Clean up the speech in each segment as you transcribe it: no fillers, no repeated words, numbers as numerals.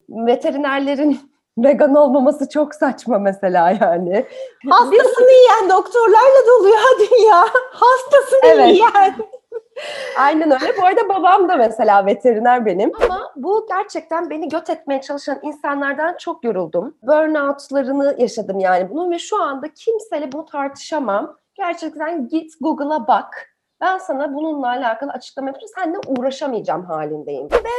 veterinerlerin vegan olmaması çok saçma mesela yani. Hastasını yiyen doktorlarla dolu ya dünya. Hastasını yiyen. Aynen öyle. Bu arada babam da mesela veteriner benim. Ama bu gerçekten beni göt etmeye çalışan insanlardan çok yoruldum. Burnout'larını yaşadım yani bunun ve şu anda kimseyle bunu tartışamam. Gerçekten git Google'a bak. Ben sana bununla alakalı açıklama yapacağım. Seninle uğraşamayacağım halindeyim. Ve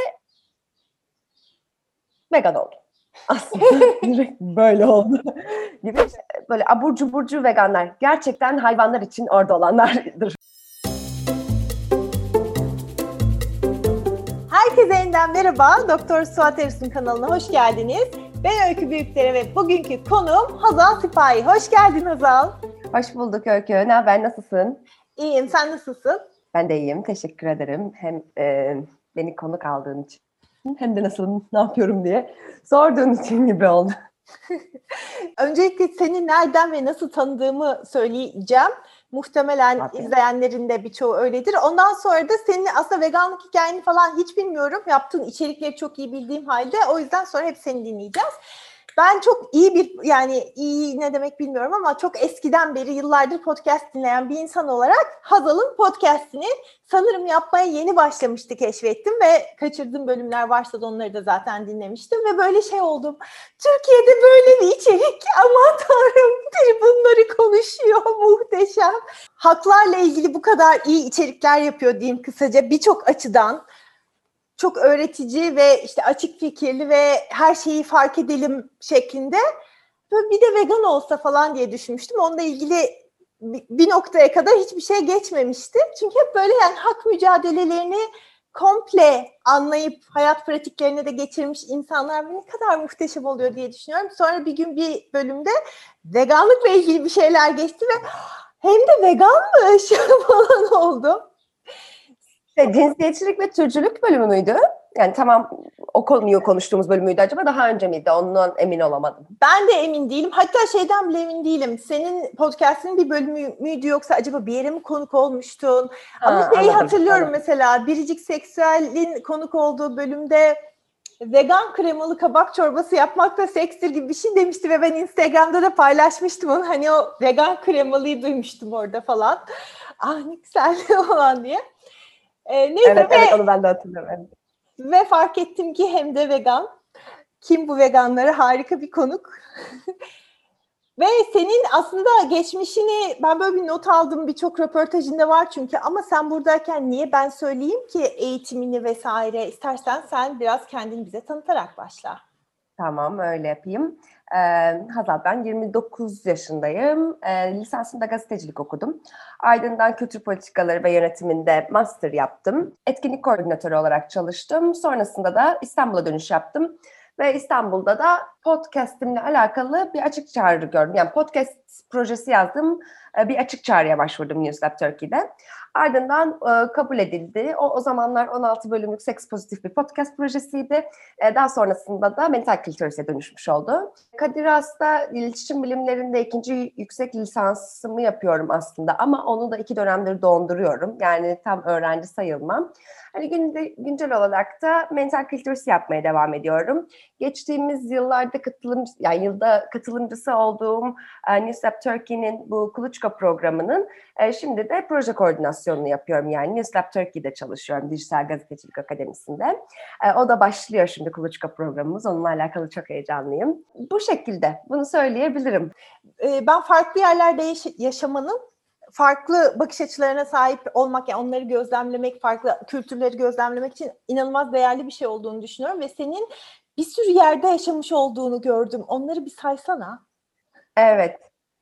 vegan oldum. Aslında direkt böyle oldu. Gibi böyle abur cuburcu veganlar. Gerçekten hayvanlar için orada olanlardır. Herkese yeniden merhaba. Doktor Suat Ersun kanalına hoş geldiniz. Ben Öykü Büyükdere ve bugünkü konuğum Hazal Sipahi. Hoş geldin Hazal. Hoş bulduk Öykü. Ne haber? Nasılsın? İyiyim. Sen nasılsın? Ben de iyiyim. Teşekkür ederim. Hem beni konuk aldığın için hem de nasılım, ne yapıyorum diye sorduğun için gibi oldu. Öncelikle seni nereden ve nasıl tanıdığımı söyleyeceğim. Muhtemelen izleyenlerin de birçoğu öyledir. Ondan sonra da senin aslında veganlık hikayeni falan hiç bilmiyorum. Yaptığın içerikleri çok iyi bildiğim halde. O yüzden sonra hep seni dinleyeceğiz. Ben çok iyi ne demek bilmiyorum ama çok eskiden beri yıllardır podcast dinleyen bir insan olarak Hazal'ın podcastini sanırım yapmaya yeni başlamıştı keşfettim ve kaçırdığım bölümler varsa da onları da zaten dinlemiştim ve böyle şey oldum. Türkiye'de böyle bir içerik, aman tanrım, biri bunları konuşuyor, muhteşem. Haklarla ilgili bu kadar iyi içerikler yapıyor diyeyim kısaca birçok açıdan. Çok öğretici ve işte açık fikirli ve her şeyi fark edelim şeklinde. Böyle bir de vegan olsa falan diye düşünmüştüm. Onunla ilgili bir noktaya kadar hiçbir şey geçmemişti. Çünkü hep böyle yani hak mücadelelerini komple anlayıp hayat pratiklerine de geçirmiş insanlar ne kadar muhteşem oluyor diye düşünüyorum. Sonra bir gün bir bölümde veganlıkla ilgili bir şeyler geçti ve hem de veganmış falan oldu. Cinsiyetçilik ve türcülük bölümü müydü? Yani tamam o konuyu konuştuğumuz bölüm müydü acaba? Daha önce miydi? Ondan emin olamadım. Ben de emin değilim. Hatta şeyden bile emin değilim. Senin podcast'ın bir bölümü müydü yoksa acaba bir yere mi konuk olmuştun? Ama şeyi hatırlıyorum mesela Biricik Seksüel'in konuk olduğu bölümde vegan kremalı kabak çorbası yapmak da sekstir gibi bir şey demişti ve ben Instagram'da da paylaşmıştım onu. Hani o vegan kremalıyı duymuştum orada falan. Ah ne güzel falan diye. Neyse evet onu ben de hatırlıyorum. Evet. Ve fark ettim ki hem de vegan. Kim bu veganları? Harika bir konuk. Ve senin aslında geçmişini ben böyle bir not aldım, birçok röportajında var çünkü, ama sen buradayken niye ben söyleyeyim ki eğitimini vesaire? İstersen sen biraz kendini bize tanıtarak başla. Tamam öyle yapayım. Hazal, ben 29 yaşındayım. Lisansımda gazetecilik okudum. Ardından kültür politikaları ve yönetiminde master yaptım. Etkinlik koordinatörü olarak çalıştım. Sonrasında da İstanbul'a dönüş yaptım. Ve İstanbul'da da podcast'imle alakalı bir açık çağrı gördüm. Yani podcast projesi yazdım. Bir açık çağrıya başvurdum Newslab Turkey'de. Ardından kabul edildi. O zamanlar 16 bölümlük seks pozitif bir podcast projesiydi. Daha sonrasında da Mental Clitoris'e dönüşmüş oldu. Kadir Has'ta iletişim bilimlerinde 2. yüksek lisansımı yapıyorum aslında. Ama onu da 2 dönemdir donduruyorum. Yani tam öğrenci sayılmam. Hani güncel olarak da Mental Clitoris yapmaya devam ediyorum. Geçtiğimiz yıllarda yılda katılımcısı olduğum Newslab Turkey'nin bu Kuluçka programının şimdi de proje koordinasyonunu yapıyorum. Yani Newslab Turkey'de çalışıyorum Dijital Gazetecilik Akademisi'nde. O da başlıyor şimdi Kuluçka programımız. Onunla alakalı çok heyecanlıyım. Bu şekilde bunu söyleyebilirim. Ben farklı yerlerde yaşamanın farklı bakış açılarına sahip olmak, yani onları gözlemlemek, farklı kültürleri gözlemlemek için inanılmaz değerli bir şey olduğunu düşünüyorum ve senin bir sürü yerde yaşamış olduğunu gördüm. Onları bir saysana. Evet.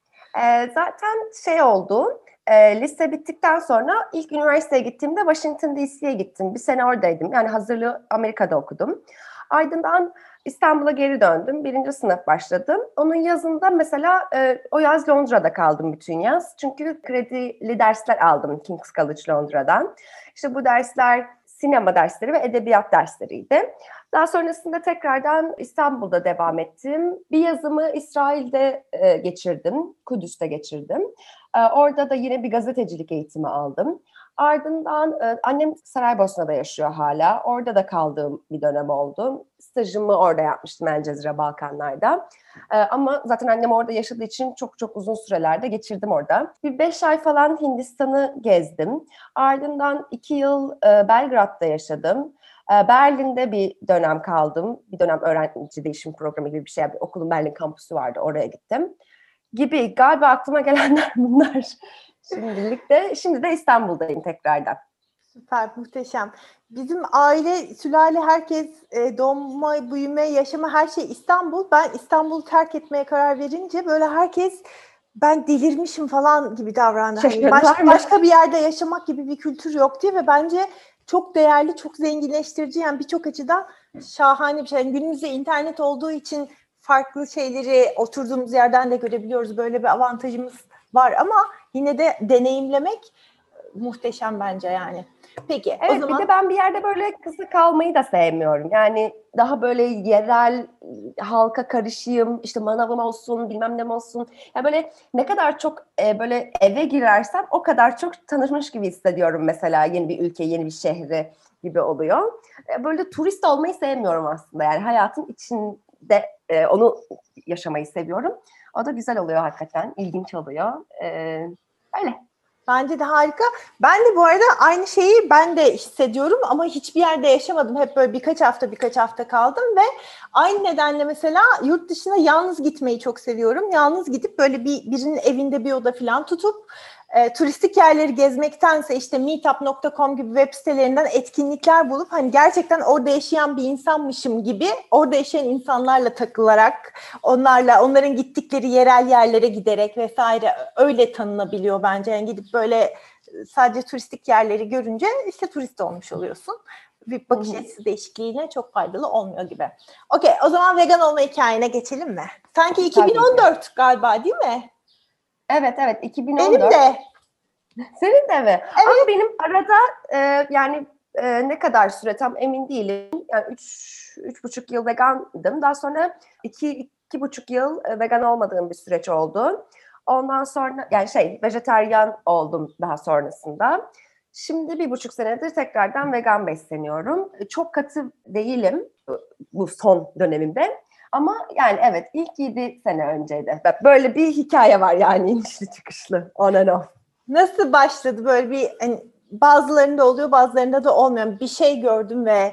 Zaten oldu. Lise bittikten sonra ilk üniversiteye gittiğimde Washington DC'ye gittim. Bir sene oradaydım. Yani hazırlığı Amerika'da okudum. Ardından İstanbul'a geri döndüm. 1. sınıf başladım. Onun yazında mesela o yaz Londra'da kaldım bütün yaz. Çünkü kredili dersler aldım King's College Londra'dan. İşte bu dersler sinema dersleri ve edebiyat dersleriydi. Daha sonrasında tekrardan İstanbul'da devam ettim. Bir yazımı İsrail'de geçirdim, Kudüs'te geçirdim. Orada da yine bir gazetecilik eğitimi aldım. Ardından annem Saraybosna'da yaşıyor hala. Orada da kaldığım bir dönem oldu. Stajımı orada yapmıştım, El Cezire Balkanlar'da. Ama zaten annem orada yaşadığı için çok çok uzun sürelerde geçirdim orada. Bir 5 ay falan Hindistan'ı gezdim. Ardından 2 yıl Belgrad'da yaşadım. Berlin'de bir dönem kaldım. Bir dönem öğrenci değişim programı gibi bir şey. Bir okulun Berlin kampüsü vardı. Oraya gittim. Gibi. Galiba aklıma gelenler bunlar. Şimdi de İstanbul'dayım tekrardan. Süper, muhteşem. Bizim aile, sülale, herkes doğma, büyüme, yaşama, her şey İstanbul. Ben İstanbul'u terk etmeye karar verince böyle herkes ben delirmişim falan gibi davrandı. Hani başka bir yerde yaşamak gibi bir kültür yok diye ve bence çok değerli, çok zenginleştirici, yani birçok açıdan şahane bir şey. Yani günümüzde internet olduğu için farklı şeyleri oturduğumuz yerden de görebiliyoruz. Böyle bir avantajımız var ama yine de deneyimlemek muhteşem bence yani. Peki, evet, o zaman... bir de ben bir yerde böyle kısık kalmayı da sevmiyorum. Yani daha böyle yerel halka karışayım, işte manavım olsun, bilmem ne olsun. Yani böyle ne kadar çok böyle eve girersem o kadar çok tanışmış gibi hissediyorum mesela yeni bir ülke, yeni bir şehri gibi oluyor. Böyle turist olmayı sevmiyorum aslında. Yani hayatın içinde onu yaşamayı seviyorum. O da güzel oluyor hakikaten, ilginç oluyor. Öyle. Bence de harika. Ben de bu arada aynı şeyi ben de hissediyorum ama hiçbir yerde yaşamadım. Hep böyle birkaç hafta kaldım ve aynı nedenle mesela yurt dışına yalnız gitmeyi çok seviyorum. Yalnız gidip böyle birinin evinde bir oda falan tutup turistik yerleri gezmektense işte meetup.com gibi web sitelerinden etkinlikler bulup hani gerçekten orada yaşayan bir insanmışım gibi orada yaşayan insanlarla takılarak onların gittikleri yerel yerlere giderek vesaire öyle tanınabiliyor bence. Yani gidip böyle sadece turistik yerleri görünce işte turist olmuş oluyorsun. Bir bakış açısı değişikliğine çok faydalı olmuyor gibi. Okey, o zaman vegan olma hikayene geçelim mi? Sanki 2014 galiba değil mi? Evet 2014. Benim de. Senin de mi? Evet. Ama benim arada yani ne kadar süre tam emin değilim. Yani 3,5 yıl vegandım. Daha sonra 2,5 yıl vegan olmadığım bir süreç oldu. Ondan sonra yani vejetaryen oldum daha sonrasında. Şimdi 1,5 senedir tekrardan vegan besleniyorum. Çok katı değilim bu son dönemimde. Ama yani evet ilk 7 sene önceydi. Böyle bir hikaye var yani inişli çıkışlı on and off. Nasıl başladı böyle bir hani bazılarında oluyor bazılarında da olmuyor. Bir şey gördüm ve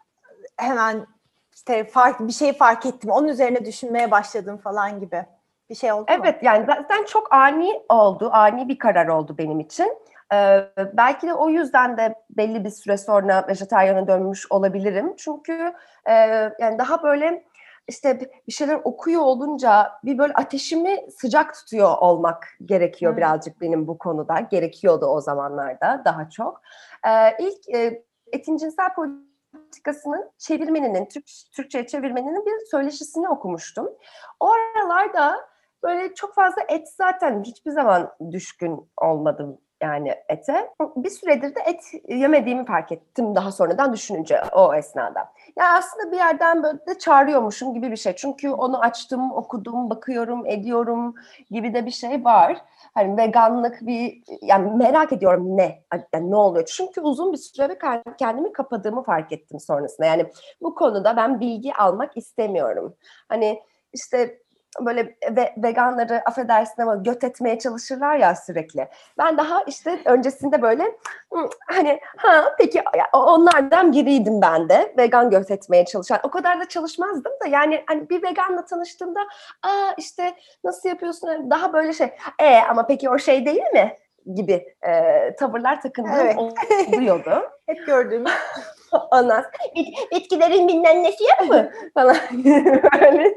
hemen işte bir şey fark ettim. Onun üzerine düşünmeye başladım falan gibi. Bir şey oldu mu? Evet yani zaten çok ani oldu. Ani bir karar oldu benim için. Belki de o yüzden de belli bir süre sonra vejetaryana dönmüş olabilirim. Çünkü yani daha böyle işte bir şeyler okuyor olunca bir böyle ateşimi sıcak tutuyor olmak gerekiyor birazcık benim bu konuda. Gerekiyordu o zamanlarda daha çok. İlk etin cinsel politikasının çevirmeninin, Türkçe'ye çevirmeninin bir söyleşisini okumuştum. O aralarda böyle çok fazla et zaten hiçbir zaman düşkün olmadım yani ete. Bir süredir de et yemediğimi fark ettim daha sonradan düşününce o esnada. Yani aslında bir yerden böyle de çağırıyormuşum gibi bir şey. Çünkü onu açtım, okudum, bakıyorum, ediyorum gibi de bir şey var. Hani veganlık yani merak ediyorum yani ne oluyor? Çünkü uzun bir süre kendimi kapadığımı fark ettim sonrasında. Yani bu konuda ben bilgi almak istemiyorum. Hani işte böyle veganları affedersin ama göt etmeye çalışırlar ya sürekli. Ben daha işte öncesinde böyle hani peki onlardan biriydim ben de vegan göt etmeye çalışan. O kadar da çalışmazdım da yani hani bir veganla tanıştığımda işte nasıl yapıyorsun daha böyle ama peki o şey değil mi gibi tavırlar takındığım Evet. oluyordu. Hep gördüğümüz. Ondan bitkilerin bilmem nesi yok mu falan böyle.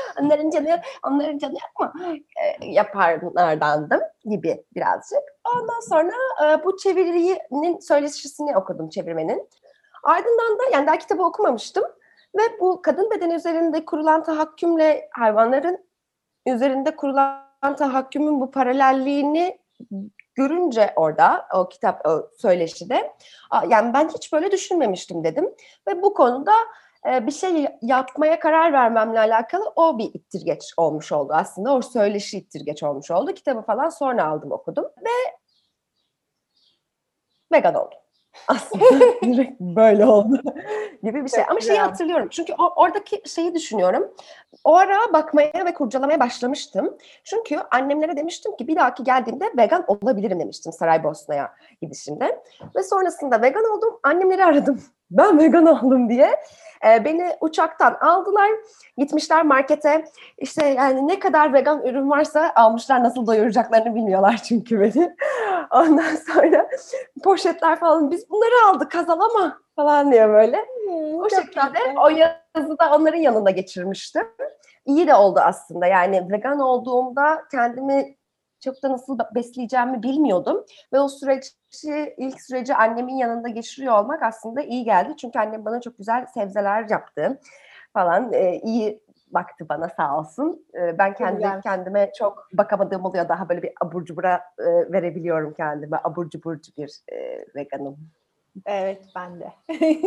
Onların canı yok mu? Yapanlardandım gibi birazcık. Ondan sonra bu çevirinin söyleşisini okudum çevirmenin. Ardından da yani daha kitabı okumamıştım ve bu kadın bedeni üzerinde kurulan tahakkümle hayvanların üzerinde kurulan tahakkümün bu paralelliğini görünce orada o kitap o söyleşide yani ben hiç böyle düşünmemiştim dedim ve bu konuda bir şey yapmaya karar vermemle alakalı o bir ittirgeç olmuş oldu aslında o söyleşi ittirgeç olmuş oldu kitabı falan sonra aldım okudum ve vegan oldum. Aslında direkt böyle oldu gibi bir şey. Ama şeyi hatırlıyorum. Çünkü oradaki şeyi düşünüyorum. O ara bakmaya ve kurcalamaya başlamıştım. Çünkü annemlere demiştim ki bir dahaki geldiğimde vegan olabilirim demiştim Saraybosna'ya gidişimde. Ve sonrasında vegan oldum. Annemleri aradım. Ben vegan oldum diye. Beni uçaktan aldılar. Gitmişler markete. İşte yani ne kadar vegan ürün varsa almışlar. Nasıl doyuracaklarını bilmiyorlar çünkü beni. Ondan sonra poşetler falan, biz bunları aldık Hazal ama falan diyor böyle. O şekilde o yazı da onların yanında geçirmiştim. İyi de oldu aslında. Yani vegan olduğumda kendimi çok da nasıl besleyeceğimi bilmiyordum. Ve o ilk süreci annemin yanında geçiriyor olmak aslında iyi geldi. Çünkü annem bana çok güzel sebzeler yaptı falan. İyi baktı bana sağ olsun. Ben kendime çok bakamadığım oluyor. Daha böyle bir abur cubura verebiliyorum kendime. Abur cuburcu bir veganım. Evet, ben de.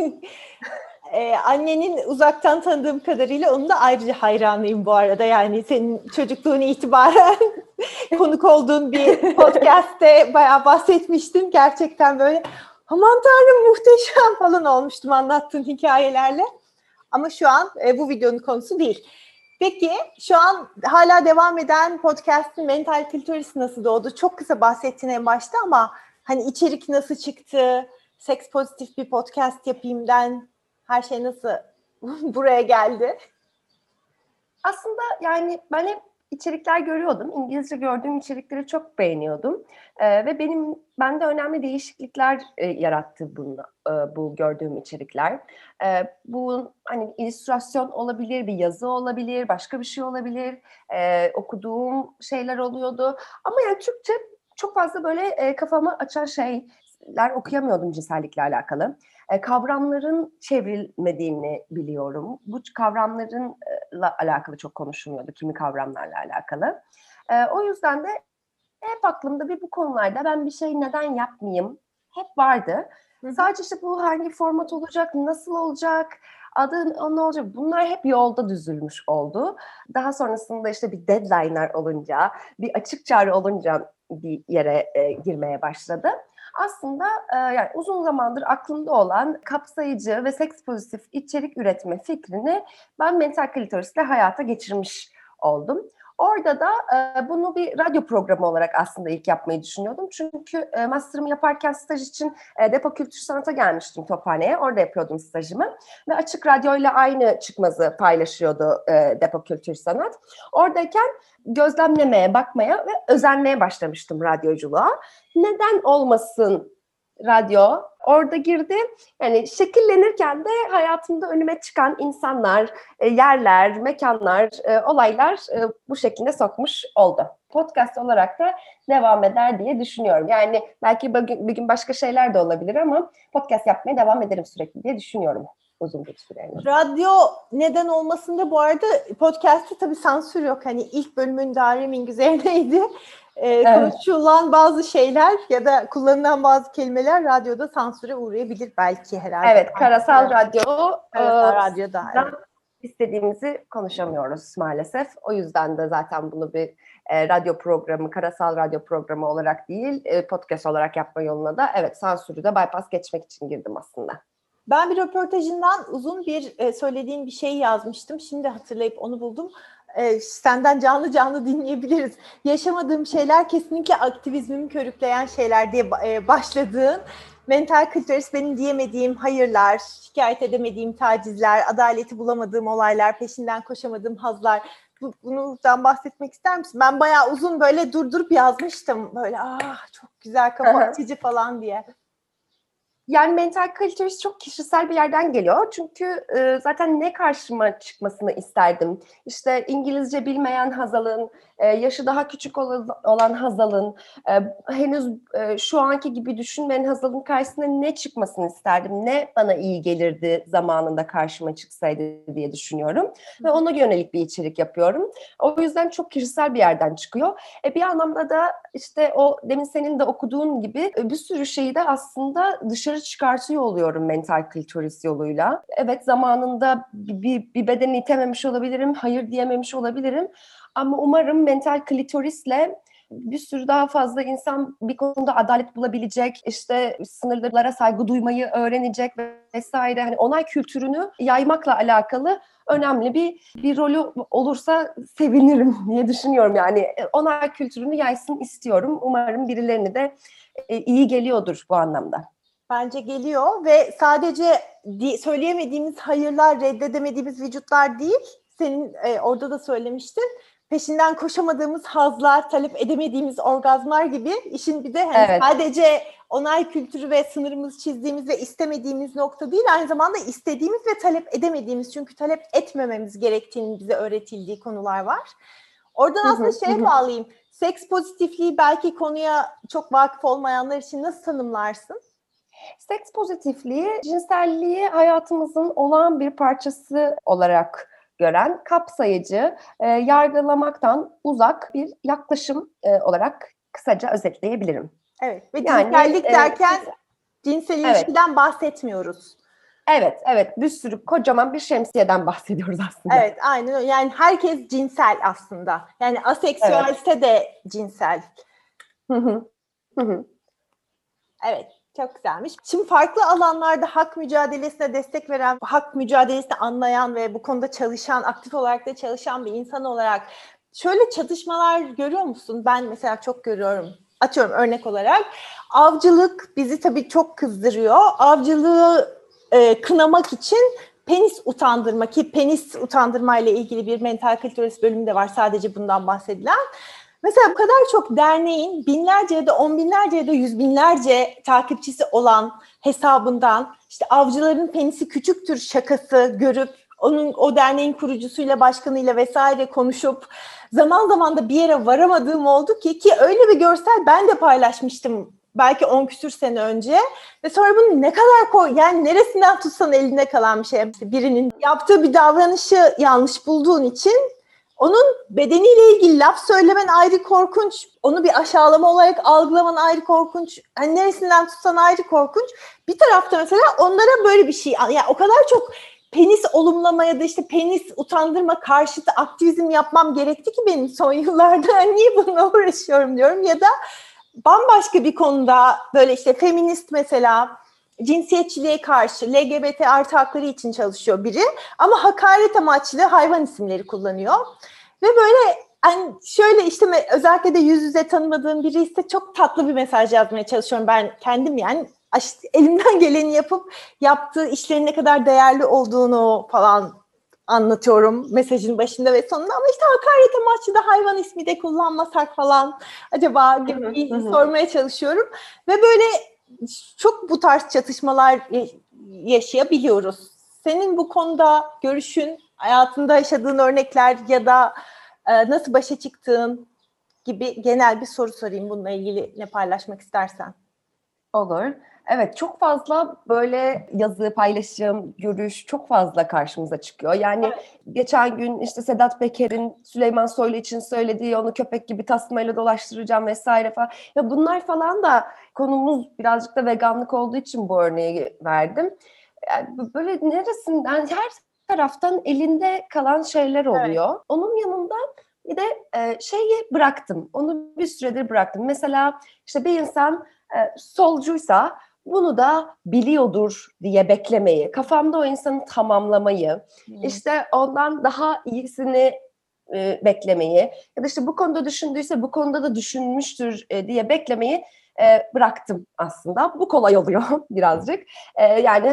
Annenin uzaktan tanıdığım kadarıyla onun da ayrıca hayranıyım bu arada. Yani senin çocukluğun itibaren konuk olduğun bir podcast'te bayağı bahsetmiştin. Gerçekten böyle aman tanrım muhteşem falan olmuştum anlattığın hikayelerle. Ama şu an bu videonun konusu değil. Peki şu an hala devam eden podcast'ın Mental Clitoris nasıl doğdu? Çok kısa bahsettin en başta ama hani içerik nasıl çıktı? Seks pozitif bir podcast yapayımdan her şey nasıl buraya geldi? Aslında yani ben hep içerikler görüyordum. İngilizce gördüğüm içerikleri çok beğeniyordum. Ve bende önemli değişiklikler yarattı bu gördüğüm içerikler. Bu hani illüstrasyon olabilir, bir yazı olabilir, başka bir şey olabilir. Okuduğum şeyler oluyordu. Ama yani Türkçe çok fazla böyle kafamı açan şeyler okuyamıyordum cinsellikle alakalı. Kavramların çevrilmediğini biliyorum. Bu kavramlarınla alakalı çok konuşulmuyordu, kimi kavramlarla alakalı. O yüzden de hep aklımda bu konularda ben bir şey neden yapmayayım hep vardı. Sadece işte bu hangi format olacak, nasıl olacak, adı ne olacak, bunlar hep yolda düzülmüş oldu. Daha sonrasında işte bir deadline'lar olunca, bir açık çağrı olunca bir yere girmeye başladı. Aslında yani uzun zamandır aklımda olan kapsayıcı ve seks pozitif içerik üretme fikrini ben Mental Clitoris'le hayata geçirmiş oldum. Orada da bunu bir radyo programı olarak aslında ilk yapmayı düşünüyordum. Çünkü master'ımı yaparken staj için Depo Kültür Sanat'a gelmiştim Tophane'ye. Orada yapıyordum stajımı. Ve Açık Radyo'yla aynı çıkmazı paylaşıyordu Depo Kültür Sanat. Oradayken gözlemlemeye, bakmaya ve özenmeye başlamıştım radyoculuğa. Neden olmasın radyo? Orada girdi. Yani şekillenirken de hayatımda önüme çıkan insanlar, yerler, mekanlar, olaylar bu şekilde sokmuş oldu. Podcast olarak da devam eder diye düşünüyorum. Yani belki bir gün başka şeyler de olabilir ama podcast yapmaya devam ederim sürekli diye düşünüyorum uzun bir süre. Radyo neden olmasında bu arada podcast'te tabii sansür yok. Hani ilk bölümün Dareming üzerineydi. Evet. Konuşulan bazı şeyler ya da kullanılan bazı kelimeler radyoda sansüre uğrayabilir belki herhalde. Evet, karasal radyoda evet. İstediğimizi konuşamıyoruz maalesef. O yüzden de zaten bunu bir radyo programı, karasal radyo programı olarak değil, podcast olarak yapma yoluna da evet sansürü de bypass geçmek için girdim aslında. Ben bir röportajından uzun bir söylediğin bir şey yazmıştım. Şimdi hatırlayıp onu buldum. Senden canlı canlı dinleyebiliriz. Yaşamadığım şeyler kesinlikle aktivizmimi körükleyen şeyler diye başladığın Mental Clitoris benim diyemediğim hayırlar, şikayet edemediğim tacizler, adaleti bulamadığım olaylar, peşinden koşamadığım hazlar. Bundan bahsetmek ister misin? Ben bayağı uzun böyle durdurup yazmıştım. Böyle çok güzel kafa açıcı falan diye. Yani mental clitoris çok kişisel bir yerden geliyor. Çünkü zaten ne karşıma çıkmasını isterdim. İşte İngilizce bilmeyen Hazal'ın, yaşı daha küçük olan Hazal'ın, henüz şu anki gibi düşünmeyen Hazal'ın karşısına ne çıkmasını isterdim. Ne bana iyi gelirdi zamanında karşıma çıksaydı diye düşünüyorum. Ve ona yönelik bir içerik yapıyorum. O yüzden çok kişisel bir yerden çıkıyor. Bir anlamda da işte o demin senin de okuduğun gibi bir sürü şeyi de aslında dışarı çıkartıyor oluyorum mental clitoris yoluyla. Evet zamanında bir bedeni itememiş olabilirim, hayır diyememiş olabilirim. Ama umarım mental clitorisle bir sürü daha fazla insan bir konuda adalet bulabilecek, işte sınırlara saygı duymayı öğrenecek vesaire. Hani onay kültürünü yaymakla alakalı önemli bir rolü olursa sevinirim diye düşünüyorum. Yani onay kültürünü yaysın istiyorum. Umarım birilerini de iyi geliyordur bu anlamda. Bence geliyor ve sadece söyleyemediğimiz hayırlar, reddedemediğimiz vücutlar değil, senin orada da söylemiştin, peşinden koşamadığımız hazlar, talep edemediğimiz orgazmlar gibi işin bir de hani Evet. sadece onay kültürü ve sınırımızı çizdiğimiz ve istemediğimiz nokta değil, aynı zamanda istediğimiz ve talep edemediğimiz, çünkü talep etmememiz gerektiğini bize öğretildiği konular var. Oradan aslında şeye bağlayayım. Seks pozitifliği belki konuya çok vakıf olmayanlar için nasıl tanımlarsın? Seks pozitifliği, cinselliği hayatımızın olağan bir parçası olarak gören, kapsayıcı, yargılamaktan uzak bir yaklaşım olarak kısaca özetleyebilirim. Evet, ve cinsellik derken cinsel ilişkiden evet, bahsetmiyoruz. Evet, bir sürü kocaman bir şemsiyeden bahsediyoruz aslında. Evet, aynen öyle. Yani herkes cinsel aslında. Yani aseksüelse de cinsel. Evet, çok güzelmiş. Şimdi farklı alanlarda hak mücadelesine destek veren, hak mücadelesini anlayan ve bu konuda çalışan, aktif olarak da çalışan bir insan olarak şöyle çatışmalar görüyor musun? Ben mesela çok görüyorum. Atıyorum örnek olarak. Avcılık bizi tabii çok kızdırıyor. Avcılığı kınamak için penis utandırma, ki penis utandırma ile ilgili bir mental kültürist bölümü de var, sadece bundan bahsedilen. Mesela bu kadar çok derneğin binlerce ya da on binlerce ya da yüz binlerce takipçisi olan hesabından işte avcıların penisi küçüktür şakası görüp o derneğin kurucusuyla, başkanıyla vesaire konuşup zaman zaman da bir yere varamadığım oldu ki öyle bir görsel ben de paylaşmıştım belki 10 küsür sene önce ve sonra bunu ne kadar yani neresinden tutsan elinde kalan bir şey. Birinin yaptığı bir davranışı yanlış bulduğun için onun bedeniyle ilgili laf söylemen ayrı korkunç, onu bir aşağılama olarak algılaman ayrı korkunç, hani neresinden tutsan ayrı korkunç. Bir tarafta mesela onlara böyle bir şey, yani o kadar çok penis olumlama ya da işte penis utandırma karşıtı aktivizm yapmam gerekti ki benim son yıllarda niye bununla uğraşıyorum diyorum. Ya da bambaşka bir konuda böyle işte feminist mesela cinsiyetçiliğe karşı LGBT artı hakları için çalışıyor biri ama hakaret amaçlı hayvan isimleri kullanıyor. Ve böyle yani şöyle işte özellikle de yüz yüze tanımadığım biri ise çok tatlı bir mesaj yazmaya çalışıyorum ben kendim, yani elimden geleni yapıp yaptığı işlerin ne kadar değerli olduğunu falan anlatıyorum mesajın başında ve sonunda, ama işte hakaret amaçlı da hayvan ismi de kullanmasak falan acaba gibi sormaya çalışıyorum ve böyle çok bu tarz çatışmalar yaşayabiliyoruz. Senin bu konuda görüşün, hayatında yaşadığın örnekler ya da nasıl başa çıktığın gibi genel bir soru sorayım, bununla ilgili ne paylaşmak istersen. Olur. Evet, çok fazla böyle yazı, paylaşım, görüş çok fazla karşımıza çıkıyor. Yani geçen gün işte Sedat Peker'in Süleyman Soylu için söylediği, onu köpek gibi tasmayla dolaştıracağım vesaire falan. Ya bunlar falan da, konumuz birazcık da veganlık olduğu için bu örneği verdim. Yani böyle neresinden, her taraftan elinde kalan şeyler oluyor. Evet. Onun yanında bir de şeyi bıraktım. Onu bir süredir bıraktım. Mesela işte bir insan solcuysa bunu da biliyordur diye beklemeyi, kafamda o insanı tamamlamayı, işte ondan daha iyisini beklemeyi ya da işte bu konuda düşündüyse bu konuda da düşünmüştür diye beklemeyi bıraktım aslında. Bu kolay oluyor birazcık. Yani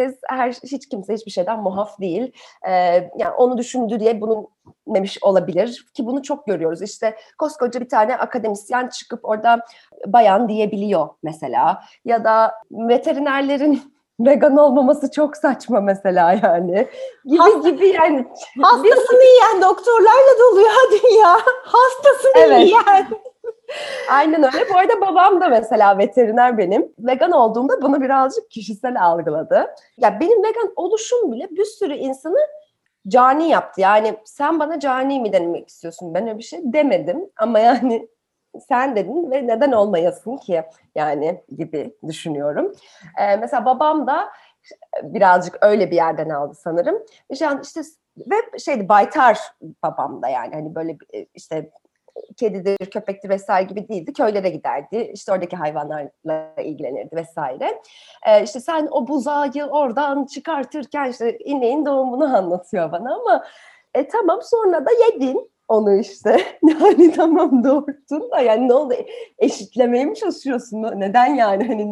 hiç kimse hiçbir şeyden muaf değil. Yani onu düşündü diye bunu dememiş olabilir ki bunu çok görüyoruz. İşte koskoca bir tane akademisyen çıkıp orada bayan diyebiliyor mesela. Ya da veterinerlerin vegan olmaması çok saçma mesela yani. Gibi yani. Hastasını yiyen doktorlarla dolu ya dünya. Hastasını yiyen. Aynen öyle. Bu arada babam da mesela veteriner benim. Vegan olduğumda bunu birazcık kişisel algıladı. Ya benim vegan oluşum bile bir sürü insanı cani yaptı. Yani sen bana cani mi demek istiyorsun? Ben öyle bir şey demedim. Ama yani sen dedin ve neden olmayasın ki? Yani gibi düşünüyorum. Mesela babam da birazcık öyle bir yerden aldı sanırım. İşte ve baytar babam da, yani hani böyle işte kedidir, köpektir vesaire gibi değildi. Köylere giderdi. İşte oradaki hayvanlarla ilgilenirdi vesaire. İşte sen o buzağı oradan çıkartırken işte ineğin doğumunu anlatıyor bana ama tamam sonra da yedin onu işte. Yani tamam doğurttun da yani ne oldu? Eşitlemeye mi çalışıyorsun? Neden yani? Hani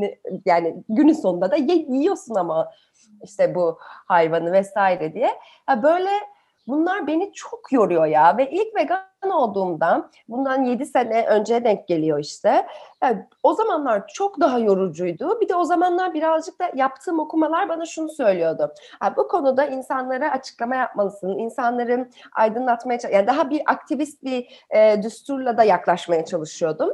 yani günün sonunda da yiyorsun ama işte bu hayvanı vesaire diye. Ya böyle bunlar beni çok yoruyor ya ve ilk vegan olduğumda bundan 7 sene önce denk geliyor işte. Yani o zamanlar çok daha yorucuydu. Bir de o zamanlar birazcık da yaptığım okumalar bana şunu söylüyordu. Yani bu konuda insanlara açıklama yapmalısın. İnsanları aydınlatmaya yani daha bir aktivist bir düsturla da yaklaşmaya çalışıyordum.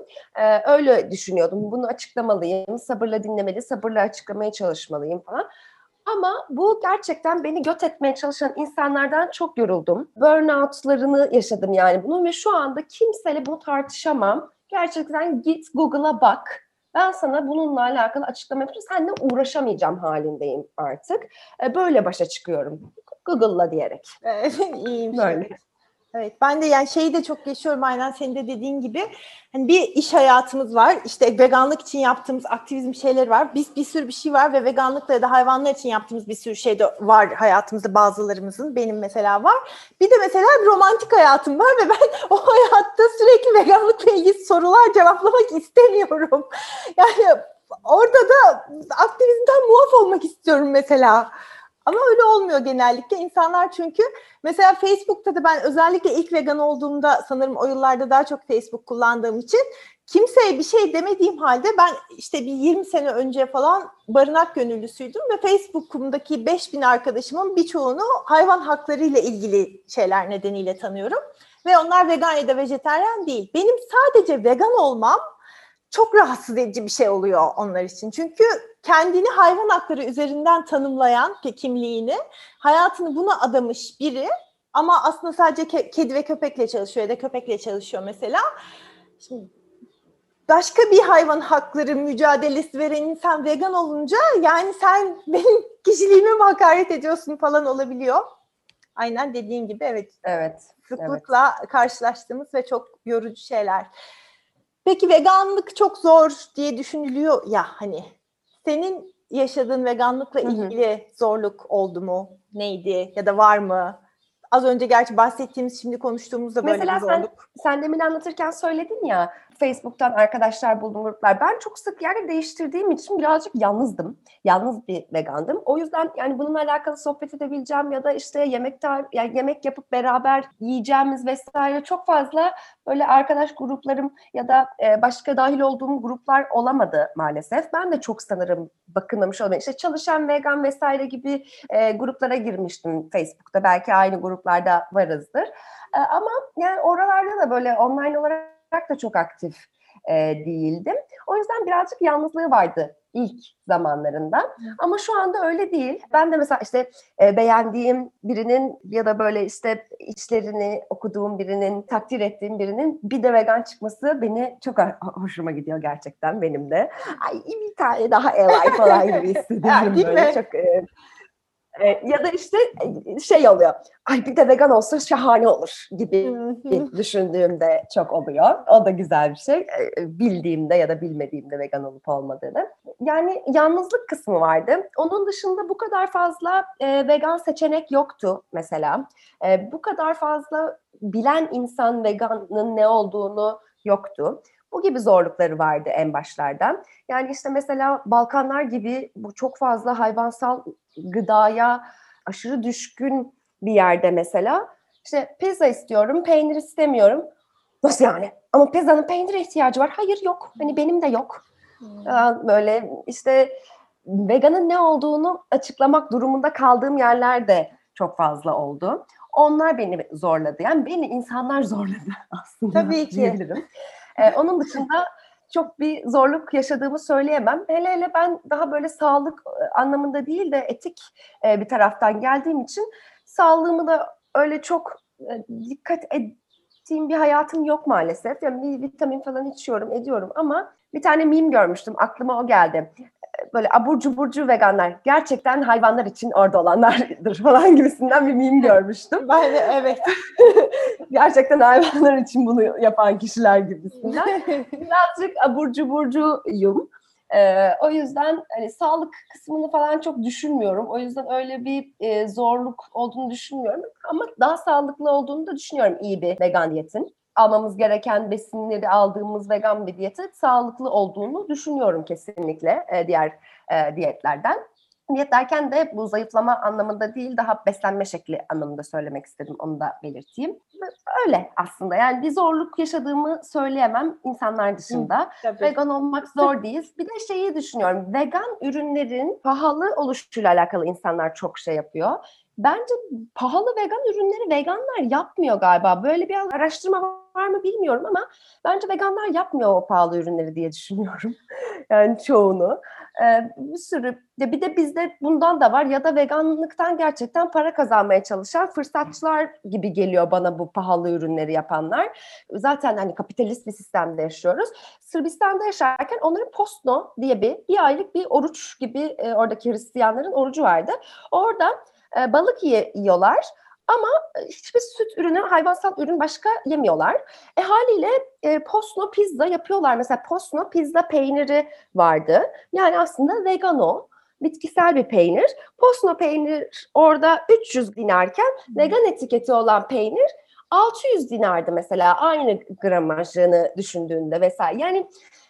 Öyle düşünüyordum. Bunu açıklamalıyım. Sabırla dinlemeli, sabırla açıklamaya çalışmalıyım falan. Ama bu gerçekten beni göt etmeye çalışan insanlardan çok yoruldum. Burnout'larını yaşadım yani bunun ve şu anda kimseyle bunu tartışamam. Gerçekten git Google'a bak. Ben sana bununla alakalı açıklama yapacağım. Seninle uğraşamayacağım halindeyim artık. Böyle başa çıkıyorum. Google'la diyerek. İyiymiş. Böyle. Evet, ben de yani şeyi de çok yaşıyorum aynen senin de dediğin gibi. Hani bir iş hayatımız var. İşte veganlık için yaptığımız aktivizm şeyleri var. Biz bir sürü bir şey var ve veganlıkla ya da hayvanlar için yaptığımız bir sürü şey de var hayatımızda bazılarımızın. Benim mesela var. Bir de mesela bir romantik hayatım var ve ben o hayatta sürekli veganlıkla ilgili sorular cevaplamak istemiyorum. Yani orada da aktivizmden muaf olmak istiyorum mesela. Ama öyle olmuyor genellikle. İnsanlar çünkü mesela Facebook'ta da ben özellikle ilk vegan olduğumda sanırım o yıllarda daha çok Facebook kullandığım için kimseye bir şey demediğim halde ben işte bir 20 sene önce falan barınak gönüllüsüydüm ve Facebook'umdaki 5000 arkadaşımın birçoğunu hayvan hakları ile ilgili şeyler nedeniyle tanıyorum. Ve onlar vegan ya da vejetaryen değil. Benim sadece vegan olmam çok rahatsız edici bir şey oluyor onlar için. Çünkü kendini hayvan hakları üzerinden tanımlayan kimliğini, hayatını buna adamış biri ama aslında sadece kedi ve köpekle çalışıyor ya da köpekle çalışıyor mesela. Şimdi başka bir hayvan hakları mücadelesi veren insan vegan olunca yani sen benim kişiliğime mi hakaret ediyorsun falan olabiliyor. Aynen dediğin gibi evet. Evet. Sıklıkla karşılaştığımız ve çok yorucu şeyler. Peki veganlık çok zor diye düşünülüyor ya hani. Senin yaşadığın veganlıkla ilgili zorluk oldu mu? Neydi? Ya da var mı? Az önce gerçi bahsettiğimiz, şimdi konuştuğumuzda böyle bir Mesela zorluk. sen demin anlatırken söyledin ya Facebook'tan arkadaşlar buldum gruplar. Ben çok sık yer değiştirdiğim için birazcık yalnızdım. Yalnız bir vegandım. O yüzden yani bununla alakalı sohbet edebileceğim ya da işte yani yemek yapıp beraber yiyeceğimiz vesaire çok fazla böyle arkadaş gruplarım ya da başka dahil olduğum gruplar olamadı maalesef. Ben de çok sanırım bakınmamış olmayı. İşte çalışan vegan vesaire gibi gruplara girmiştim Facebook'ta. Belki aynı gruplarda varızdır. Ama yani oralarda da böyle online olarak da çok aktif değildim. O yüzden birazcık yalnızlığı vardı ilk zamanlarında. Ama şu anda öyle değil. Ben de mesela işte beğendiğim birinin ya da böyle işte işlerini okuduğum birinin, takdir ettiğim birinin bir de vegan çıkması beni çok hoşuma gidiyor gerçekten benim de. Ay bir tane daha Elay falan gibi hissediyorum Değil böyle. mi? Çok ya da işte şey oluyor. Ay bir de vegan olsa şahane olur gibi düşündüğümde çok oluyor. O da güzel bir şey. Bildiğimde ya da bilmediğimde vegan olup olmadığını. Yani yalnızlık kısmı vardı. Onun dışında bu kadar fazla vegan seçenek yoktu mesela. Bu kadar fazla bilen insan veganın ne olduğunu yoktu. Bu gibi zorlukları vardı en başlardan. Yani işte mesela Balkanlar gibi bu çok fazla hayvansal gıdaya aşırı düşkün bir yerde mesela işte pizza istiyorum, peynir istemiyorum. Nasıl yani? Ama pizzanın peynire ihtiyacı var. Hayır yok. Hani benim de yok. Böyle işte veganın ne olduğunu açıklamak durumunda kaldığım yerler de çok fazla oldu. Onlar beni zorladı. Yani beni insanlar zorladı aslında Tabii ki. diyebilirim. Onun dışında çok bir zorluk yaşadığımı söyleyemem. Hele hele ben daha böyle sağlık anlamında değil de etik bir taraftan geldiğim için sağlığımı da öyle çok dikkat ettiğim bir hayatım yok maalesef. Yani bir vitamin falan içiyorum, ediyorum ama bir tane meme görmüştüm. Aklıma o geldi. böyle abur cuburcu veganlar gerçekten hayvanlar için orada olanlardır falan gibisinden bir meme görmüştüm. Ben de evet. Gerçekten hayvanlar için bunu yapan kişiler gibisinden. Birazcık abur cuburcuyum. O yüzden hani sağlık kısmını falan çok düşünmüyorum. O yüzden öyle bir zorluk olduğunu düşünmüyorum. Ama daha sağlıklı olduğunu da düşünüyorum iyi bir vegan diyetin. Almamız gereken besinleri aldığımız vegan bir diyete sağlıklı olduğunu düşünüyorum kesinlikle diğer diyetlerden. Diyet derken de bu zayıflama anlamında değil, daha beslenme şekli anlamında söylemek istedim. Onu da belirteyim. Öyle aslında. Yani bir zorluk yaşadığımı söyleyemem insanlar dışında. Vegan olmak zor değil. Bir de şeyi düşünüyorum. Vegan ürünlerin pahalı oluşuyla alakalı insanlar çok şey yapıyor. Bence pahalı vegan ürünleri veganlar yapmıyor galiba. Böyle bir araştırma var mı bilmiyorum ama bence veganlar yapmıyor o pahalı ürünleri diye düşünüyorum. Yani çoğunu. Bir sürü, bir de bizde bundan da var ya da veganlıktan gerçekten para kazanmaya çalışan fırsatçılar gibi geliyor bana bu pahalı ürünleri yapanlar. Zaten hani kapitalist bir sistemde yaşıyoruz. Sırbistan'da yaşarken onların Postno diye bir aylık bir oruç gibi oradaki Hristiyanların orucu vardı. Orada balık yiyorlar ama hiçbir süt ürünü, hayvansal ürün başka yemiyorlar. Haliyle Postno pizza yapıyorlar. Mesela Postno pizza peyniri vardı. Yani aslında vegano, bitkisel bir peynir. Postno peynir orada 300 dinarken vegan etiketi olan peynir 600 dinardı mesela. Aynı gramajını düşündüğünde vesaire. Yani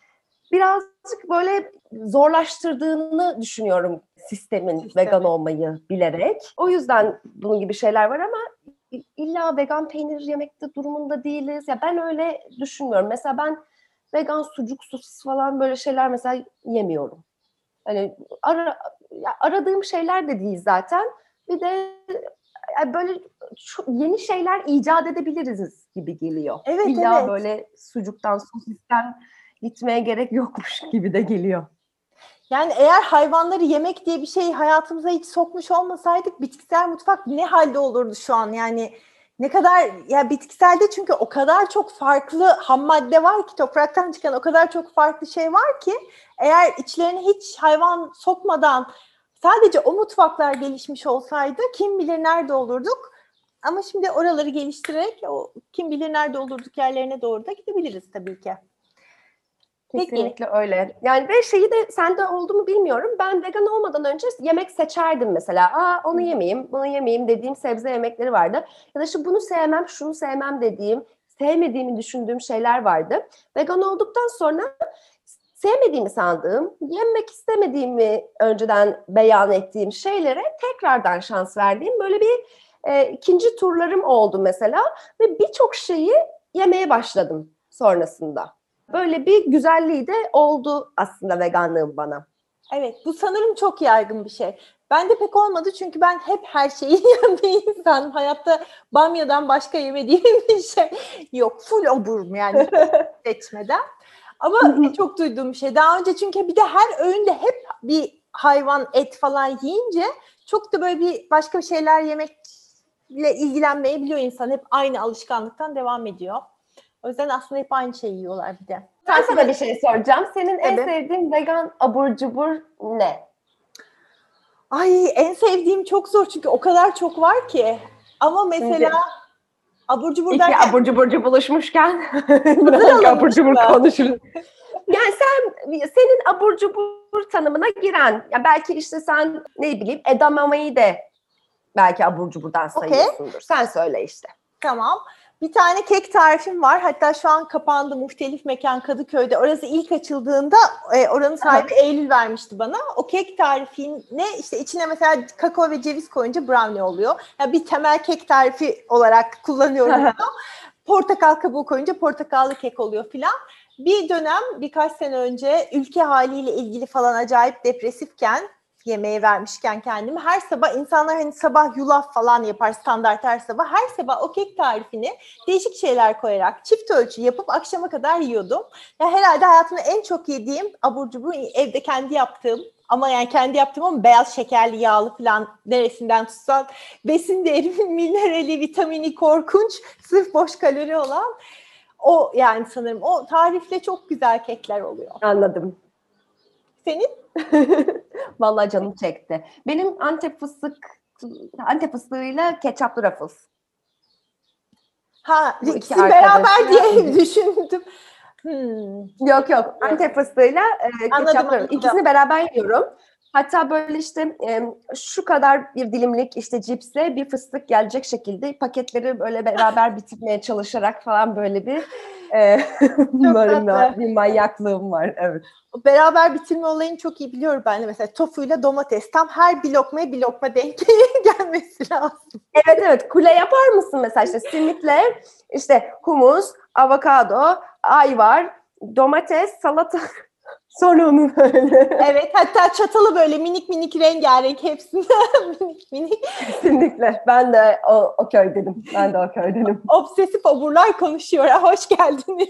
birazcık böyle zorlaştırdığını düşünüyorum sistemin vegan olmayı bilerek. O yüzden bunun gibi şeyler var ama illa vegan peynir yemekte durumunda değiliz. Ya ben öyle düşünmüyorum. Mesela ben vegan sucuk, sosis falan böyle şeyler mesela yemiyorum. Hani aradığım şeyler de değil zaten. Bir de böyle yeni şeyler icat edebiliriz gibi geliyor. Evet, İlla evet. böyle sucuktan, sosisten gitmeye gerek yokmuş gibi de geliyor. Yani eğer hayvanları yemek diye bir şeyi hayatımıza hiç sokmuş olmasaydık bitkisel mutfak ne halde olurdu şu an? Yani ne kadar ya bitkiselde çünkü o kadar çok farklı ham madde var ki topraktan çıkan o kadar çok farklı şey var ki eğer içlerine hiç hayvan sokmadan sadece o mutfaklar gelişmiş olsaydı kim bilir nerede olurduk? Ama şimdi oraları geliştirerek o kim bilir nerede olurduk yerlerine doğru da gidebiliriz tabii ki. Kesinlikle öyle. Yani ve şeyi de sende oldu mu bilmiyorum. Ben vegan olmadan önce yemek seçerdim mesela. Onu yemeyeyim, bunu yemeyeyim dediğim sebze yemekleri vardı. Ya da işte bunu sevmem, şunu sevmem dediğim, sevmediğimi düşündüğüm şeyler vardı. Vegan olduktan sonra sevmediğimi sandığım, yemek istemediğimi önceden beyan ettiğim şeylere tekrardan şans verdiğim böyle bir ikinci turlarım oldu mesela. Ve birçok şeyi yemeye başladım sonrasında. Böyle bir güzelliği de oldu aslında veganlığın bana. Evet, bu sanırım çok yaygın bir şey. Ben de pek olmadı çünkü ben hep her şeyi yiyen bir insanım. Hayatta bamyadan başka yemediğim bir şey yok. Full oburum yani seçmeden. Ama çok duyduğum bir şey. Daha önce çünkü bir de her öğünde hep bir hayvan, et falan yiyince çok da böyle bir başka bir şeyler yemekle ilgilenmeyebiliyor insan. Hep aynı alışkanlıktan devam ediyor. O yüzden aslında hep aynı şeyi yiyorlar bir de. Ben sana bir şey soracağım. Senin en Evet. sevdiğin vegan abur cubur ne? Ay en sevdiğim çok zor çünkü o kadar çok var ki. Ama mesela Şimdi abur cubur iki derken abur cuburcu buluşmuşken biraz abur cubur konuşuruz. Yani senin abur cubur tanımına giren, ya belki işte sen ne bileyim edamamayı da belki abur cuburdan sayıyorsundur. Sen söyle işte. Tamam. Bir tane kek tarifim var. Hatta şu an kapandı Muhtelif Mekan Kadıköy'de. Orası ilk açıldığında oranın sahibi Eylül vermişti bana. O kek tarifine işte içine mesela kakao ve ceviz koyunca brownie oluyor. Yani bir temel kek tarifi olarak kullanıyorum bunu. Portakal kabuğu koyunca portakallı kek oluyor filan. Bir dönem birkaç sene önce ülke haliyle ilgili falan acayip depresifken yemeğe vermişken kendimi her sabah insanlar hani sabah yulaf falan yapar standart her sabah o kek tarifini değişik şeyler koyarak çift ölçü yapıp akşama kadar yiyordum. Ya herhalde hayatımda en çok yediğim abur cubur evde kendi yaptığım ama yani kendi yaptığım ama beyaz şekerli yağlı falan neresinden tutsan besin değeri minerali vitamini korkunç sırf boş kalori olan o yani sanırım o tarifle çok güzel kekler oluyor. Anladım. Senin? Vallahi canım çekti. Benim Antep fıstığıyla ketçaplı Ruffles. Ha, Bu iki ikisi beraber arkadaşla diye düşündüm. Yok Antep fıstığıyla Anladım, ketçaplı. anladım. İkisini beraber yiyorum. Hatta böyle işte şu kadar bir dilimlik işte cipse bir fıstık gelecek şekilde paketleri böyle beraber bitirmeye çalışarak falan böyle bir tatlı. bir manyaklığım var. Evet. Beraber bitirme olayını çok iyi biliyorum ben de. Mesela tofuyla domates. Tam her bir lokmaya bir lokma denk gelmesi lazım. Evet kule yapar mısın mesela işte simitle işte humus, avokado, ayvar, domates, salata sonra onu böyle. Evet, hatta çatalı böyle minik minik rengarenk hepsinden minik minik. Kesinlikle. Ben de o köydenim. Ben de o köydenim. Obsesif oburlar konuşuyor. Hoş geldiniz.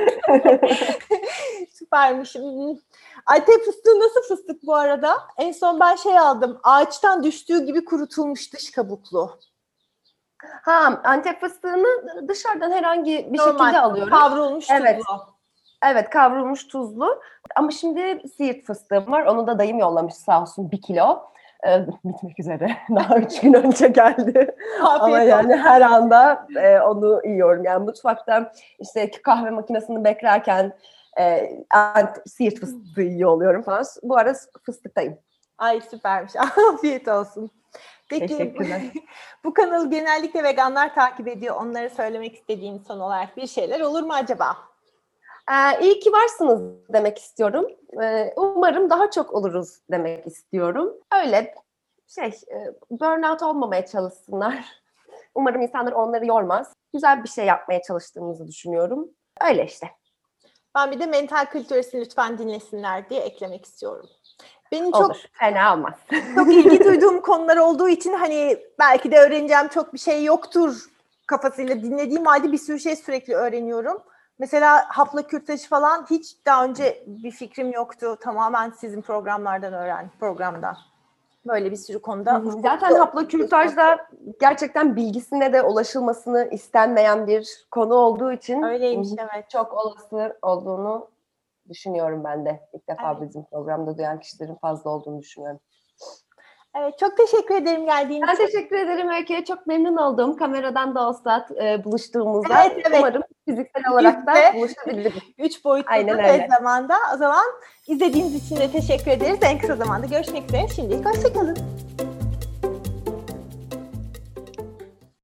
Süpermiş. Antep fıstığı nasıl fıstık bu arada? En son ben şey aldım. Ağaçtan düştüğü gibi kurutulmuş dış kabuklu. Antep fıstığını dışarıdan herhangi bir Normal, şekilde alıyorum. kavrulmuş Evet. tuzlu. Evet, kavrulmuş tuzlu. Ama şimdi Siirt fıstığım var. Onu da dayım yollamış sağ olsun 1 kilo. Bitmek üzere. Daha 3 gün önce geldi. Ama yani her anda onu yiyorum. Yani mutfakta işte kahve makinesini beklerken Siirt fıstığı yiyor oluyorum falan. Bu ara fıstıktayım. Ay süpermiş. Afiyet olsun. Peki Teşekkürler. bu kanalı genellikle veganlar takip ediyor. Onlara söylemek istediğin son olarak bir şeyler olur mu acaba? İyi ki varsınız demek istiyorum. Umarım daha çok oluruz demek istiyorum. Öyle burnout olmamaya çalışsınlar. Umarım insanlar onları yormaz. Güzel bir şey yapmaya çalıştığımızı düşünüyorum. Öyle işte. Ben bir de mental kültüresini lütfen dinlesinler diye eklemek istiyorum. Benim Olur. Fena olmaz. çok ilgi duyduğum konular olduğu için hani belki de öğreneceğim çok bir şey yoktur kafasıyla dinlediğim halde bir sürü şey sürekli öğreniyorum. Mesela hapla kürtaj falan hiç daha önce bir fikrim yoktu. Tamamen sizin programlardan öğrendim, programda. Böyle bir sürü konuda. Zaten hapla kürtajda gerçekten bilgisine de ulaşılmasını istenmeyen bir konu olduğu için öyleymiş, evet. Çok olası olduğunu düşünüyorum ben de. İlk defa bizim programda duyan kişilerin fazla olduğunu düşünüyorum. Evet, çok teşekkür ederim geldiğin için. Ben teşekkür ederim Öykü'ye. Çok memnun oldum. Kameradan da olsa buluştuğumuzda. Evet. Umarım fiziksel olarak da buluşabiliriz. 3 boyutlu Aynen da öyle. zamanda. O zaman izlediğiniz için de teşekkür ederiz. En kısa zamanda görüşmek üzere. Şimdilik hoşçakalın.